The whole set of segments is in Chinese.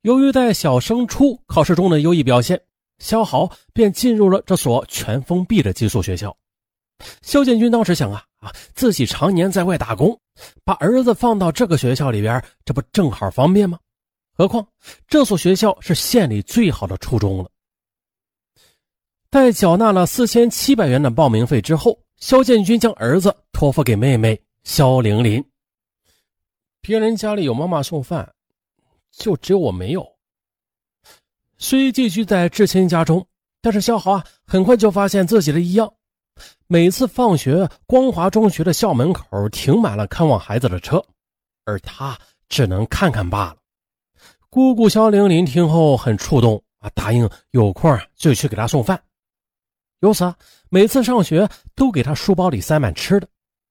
由于在小升初考试中的优异表现，肖豪便进入了这所全封闭的寄宿学校。肖建军当时想自己常年在外打工，把儿子放到这个学校里边，这不正好方便吗？何况这所学校是县里最好的初中了。在缴纳了4700元的报名费之后，肖建军将儿子托付给妹妹肖玲玲。别人家里有妈妈送饭，就只有我没有。虽寄居在至亲家中，但是肖豪很快就发现自己的异样。每次放学，光华中学的校门口停满了看望孩子的车，而他只能看看罢了。姑姑肖玲玲听后很触动答应有空就去给他送饭。由此每次上学都给他书包里塞满吃的。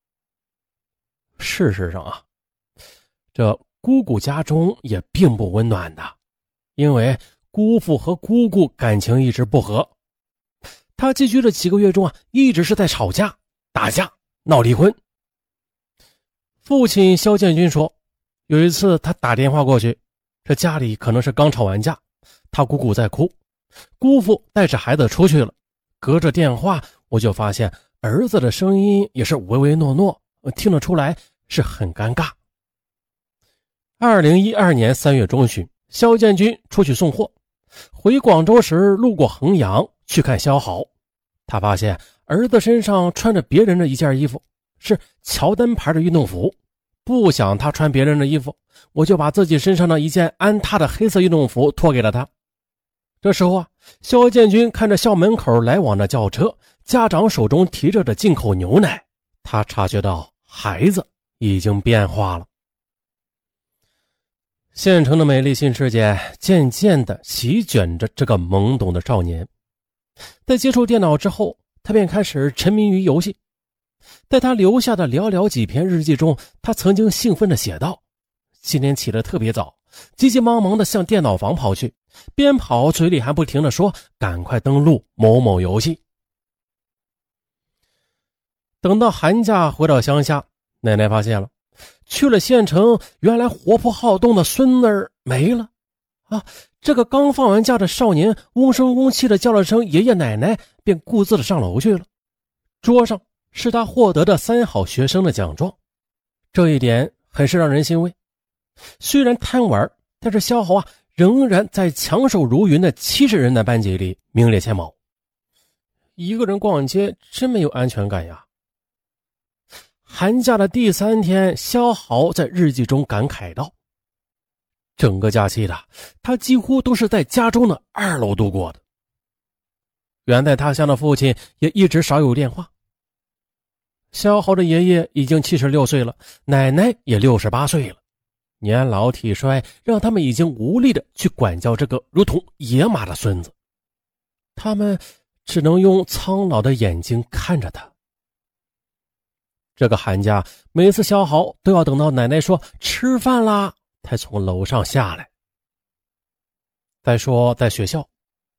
事实上这姑姑家中也并不温暖的，因为姑父和姑姑感情一直不和。他寄居的几个月中一直是在吵架、打架、闹离婚。父亲肖建军说，有一次他打电话过去，这家里可能是刚吵完架，他姑姑在哭，姑父带着孩子出去了，隔着电话我就发现儿子的声音也是唯唯诺诺，听得出来是很尴尬。2012年3月中旬，肖建军出去送货，回广州时路过衡阳去看肖豪，他发现儿子身上穿着别人的一件衣服，是乔丹牌的运动服。不想他穿别人的衣服，我就把自己身上的一件安踏的黑色运动服托给了他。这时候肖建军看着校门口来往的轿车，家长手中提着的进口牛奶，他察觉到孩子已经变化了。县城的美丽新世界渐渐地席卷着这个懵懂的少年。在接触电脑之后，他便开始沉迷于游戏。在他留下的寥寥几篇日记中，他曾经兴奋地写道，今天起得特别早，急急忙忙地向电脑房跑去，边跑嘴里还不停地说赶快登录某某游戏。等到寒假回到乡下，奶奶发现了，去了县城，原来活泼好动的孙儿没了这个刚放完假的少年嗡声嗡气的叫了声爷爷奶奶，便顾自的上楼去了。桌上是他获得的3好学生的奖状，这一点很是让人欣慰。虽然贪玩，但是肖豪仍然在强手如云的70人的班级里名列前茅。一个人逛街真没有安全感呀。寒假的第3天，肖豪在日记中感慨道，整个假期的他几乎都是在家中的2楼度过的。远在他乡的父亲也一直少有电话。肖豪的爷爷已经76岁了，奶奶也68岁了，年老体衰让他们已经无力的去管教这个如同野马的孙子，他们只能用苍老的眼睛看着他。这个寒假，每次肖豪都要等到奶奶说吃饭啦，才从楼上下来。再说在学校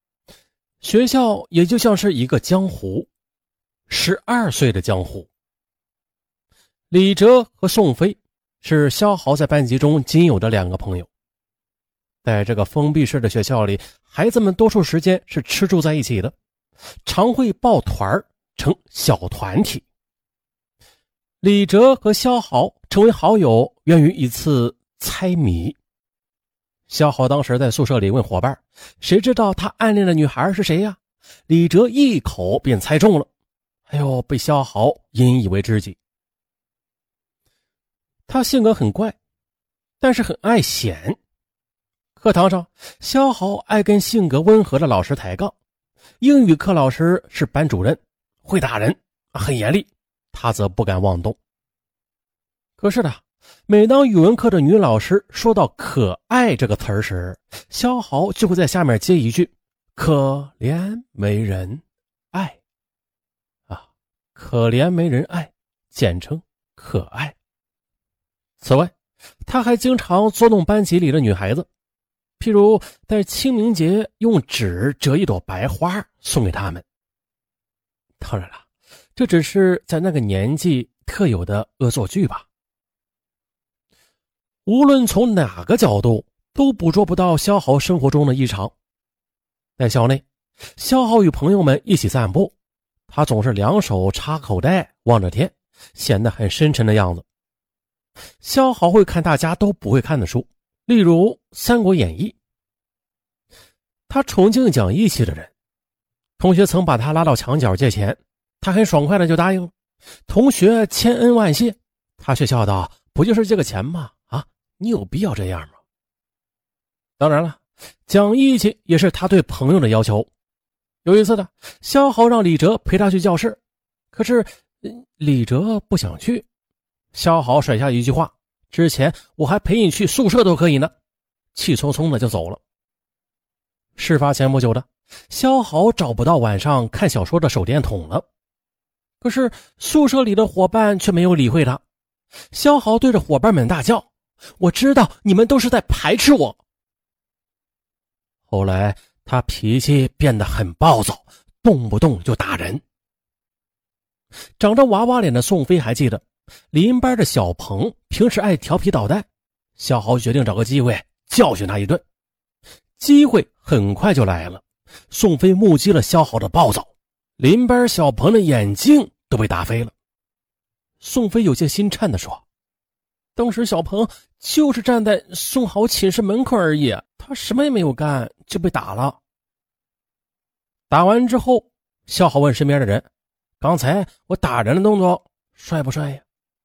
也就像是一个江湖，12岁的江湖。李哲和宋飞是肖豪在班级中仅有的2个朋友。在这个封闭式的学校里，孩子们多数时间是吃住在一起的，常会抱团成小团体。李哲和肖豪成为好友源于一次猜谜。肖豪当时在宿舍里问伙伴，谁知道他暗恋的女孩是谁呀？李哲一口便猜中了，被肖豪引以为知己。他性格很怪，但是很爱显。课堂上，肖豪爱跟性格温和的老师抬杠。英语课老师是班主任，会打人，很严厉，他则不敢妄动。可是每当语文课的女老师说到可爱这个词儿时，肖豪就会在下面接一句可怜没人爱可怜没人爱，简称可爱。此外，他还经常捉弄班级里的女孩子，譬如在清明节用纸折一朵白花送给他们。当然了，这只是在那个年纪特有的恶作剧吧。无论从哪个角度， 都捕捉不到萧豪生活中的异常。在校内，萧豪与朋友们一起散步，他总是两手插口袋望着天，显得很深沉的样子。萧豪会看大家都不会看的书，例如《三国演义》。他崇敬讲义气的人，同学曾把他拉到墙角借钱，他很爽快的就答应了。同学千恩万谢，他却笑道：不就是借个钱吗？你有必要这样吗？当然了，讲义气也是他对朋友的要求。有一次的，萧豪让李哲陪他去教室，可是李哲不想去。萧豪甩下一句话：之前我还陪你去宿舍都可以呢，气冲冲的就走了。事发前不久的，萧豪找不到晚上看小说的手电筒了，可是宿舍里的伙伴却没有理会他。萧豪对着伙伴们大叫：我知道你们都是在排斥我。后来他脾气变得很暴躁，动不动就打人。长着娃娃脸的宋飞还记得，邻班的小鹏平时爱调皮捣蛋，萧豪决定找个机会教训他一顿。机会很快就来了，宋飞目击了萧豪的暴躁，邻班小鹏的眼镜都被打飞了。宋飞有些心颤地说：当时小鹏就是站在宋豪寝室门口而已，他什么也没有干就被打了。打完之后，萧豪问身边的人：刚才我打人的动作帅不帅呀？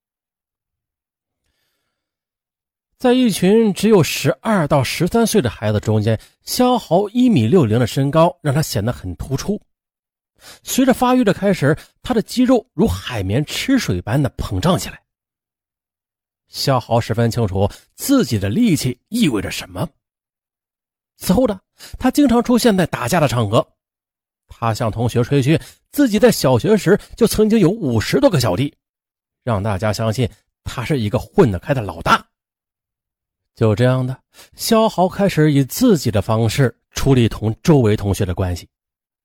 在一群只有12到13岁的孩子中间，萧豪1.60米的身高让他显得很突出。随着发育的开始，他的肌肉如海绵吃水般的膨胀起来。萧豪十分清楚自己的力气意味着什么。此后的他经常出现在打架的场合，他向同学吹嘘自己在小学时就曾经有50多个小弟，让大家相信他是一个混得开的老大。就这样的，萧豪开始以自己的方式处理同周围同学的关系。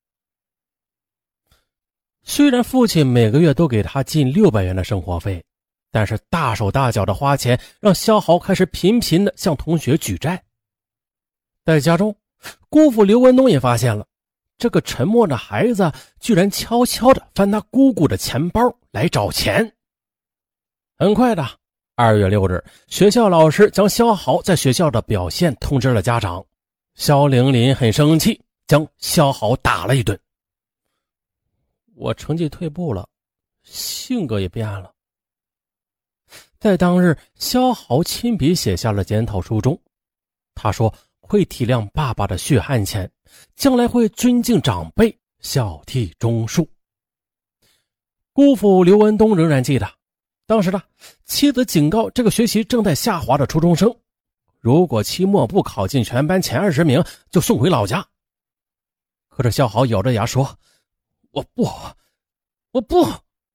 虽然父亲每个月都给他近600元的生活费，但是大手大脚的花钱让萧豪开始频频的向同学举债。在家中，姑父刘文东也发现了这个沉默的孩子居然悄悄地翻他姑姑的钱包来找钱。很快的，2月6日，学校老师将萧豪在学校的表现通知了家长。萧玲玲很生气，将萧豪打了一顿。我成绩退步了，性格也变了。在当日，萧豪亲笔写下了检讨书中，他说会体谅爸爸的血汗钱，将来会尊敬长辈，孝悌忠恕。姑父刘文东仍然记得，当时的妻子警告这个学习正在下滑的初中生，如果期末不考进全班前20名，就送回老家。可是萧豪咬着牙说：我不。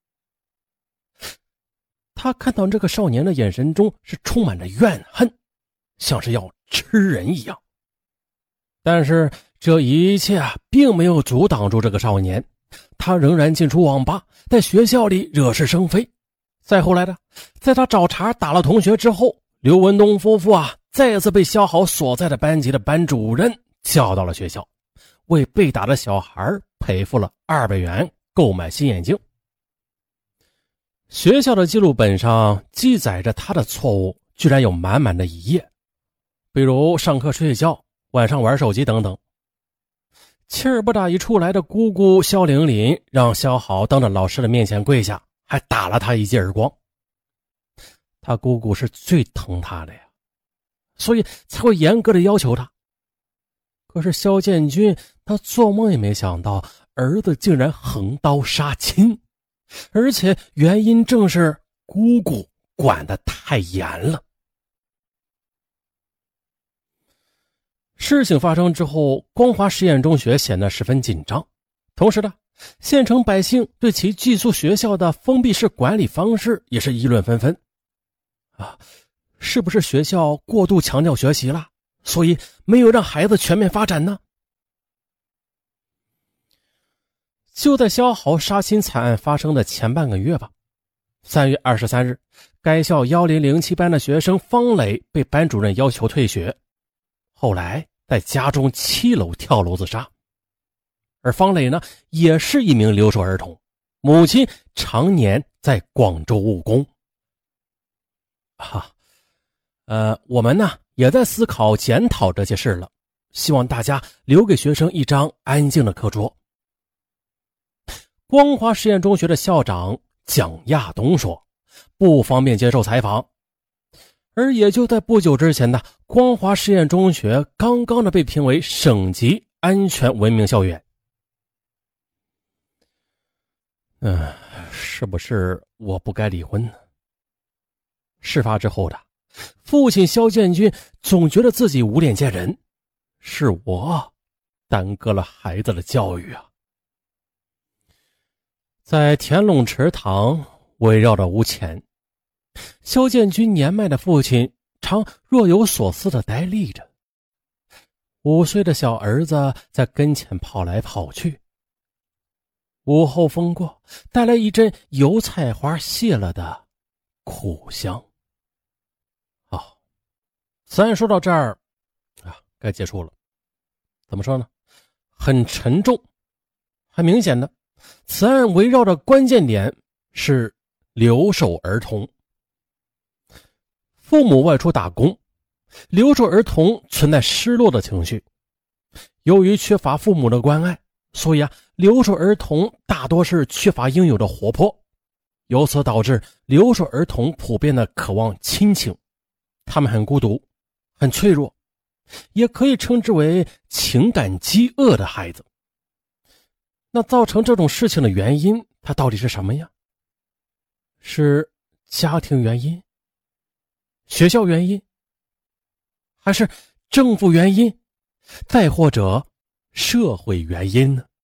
他看到这个少年的眼神中是充满着怨恨，像是要吃人一样。但是这一切并没有阻挡住这个少年，他仍然进出网吧，在学校里惹是生非。再后来的，在他找茬打了同学之后，刘文东夫妇再次被萧豪所在的班级的班主任叫到了学校，为被打的小孩赔付了200元购买新眼镜。学校的记录本上记载着他的错误居然有满满的一页，比如上课睡觉，晚上玩手机等等。气儿不打一处来的姑姑萧玲玲让萧豪当着老师的面前跪下，还打了他一记耳光。他姑姑是最疼他的呀，所以才会严格的要求他。可是萧建军他做梦也没想到儿子竟然横刀杀亲，而且原因正是姑姑管得太严了。事情发生之后，光华实验中学显得十分紧张，同时呢，县城百姓对其寄宿学校的封闭式管理方式也是议论纷纷。是不是学校过度强调学习了，所以没有让孩子全面发展呢？就在萧豪杀亲惨案发生的前半个月吧，3月23日，该校1007班的学生方磊被班主任要求退学， 后来在家中7楼跳楼自杀。而方磊呢，也是一名留守儿童，母亲常年在广州务工。我们呢也在思考检讨这些事了，希望大家留给学生一张安静的课桌。光华实验中学的校长蒋亚东说，不方便接受采访。而也就在不久之前呢，光华实验中学刚刚的被评为省级安全文明校园。是不是我不该离婚呢？事发之后的父亲肖建军总觉得自己无脸见人，是我耽搁了孩子的教育啊。在田垄池塘围绕着吴前，肖建军年迈的父亲常若有所思地呆立着，5岁的小儿子在跟前跑来跑去。午后风过，带来一阵油菜花谢了的苦香。好，此案说到这儿该结束了。怎么说呢？很沉重。很明显的，此案围绕的关键点是留守儿童。父母外出打工，留守儿童存在失落的情绪。由于缺乏父母的关爱，所以留守儿童大多是缺乏应有的活泼，由此导致留守儿童普遍的渴望亲情，他们很孤独，很脆弱，也可以称之为情感饥饿的孩子。那造成这种事情的原因，它到底是什么呀？是家庭原因、学校原因，还是政府原因，再或者社会原因呢？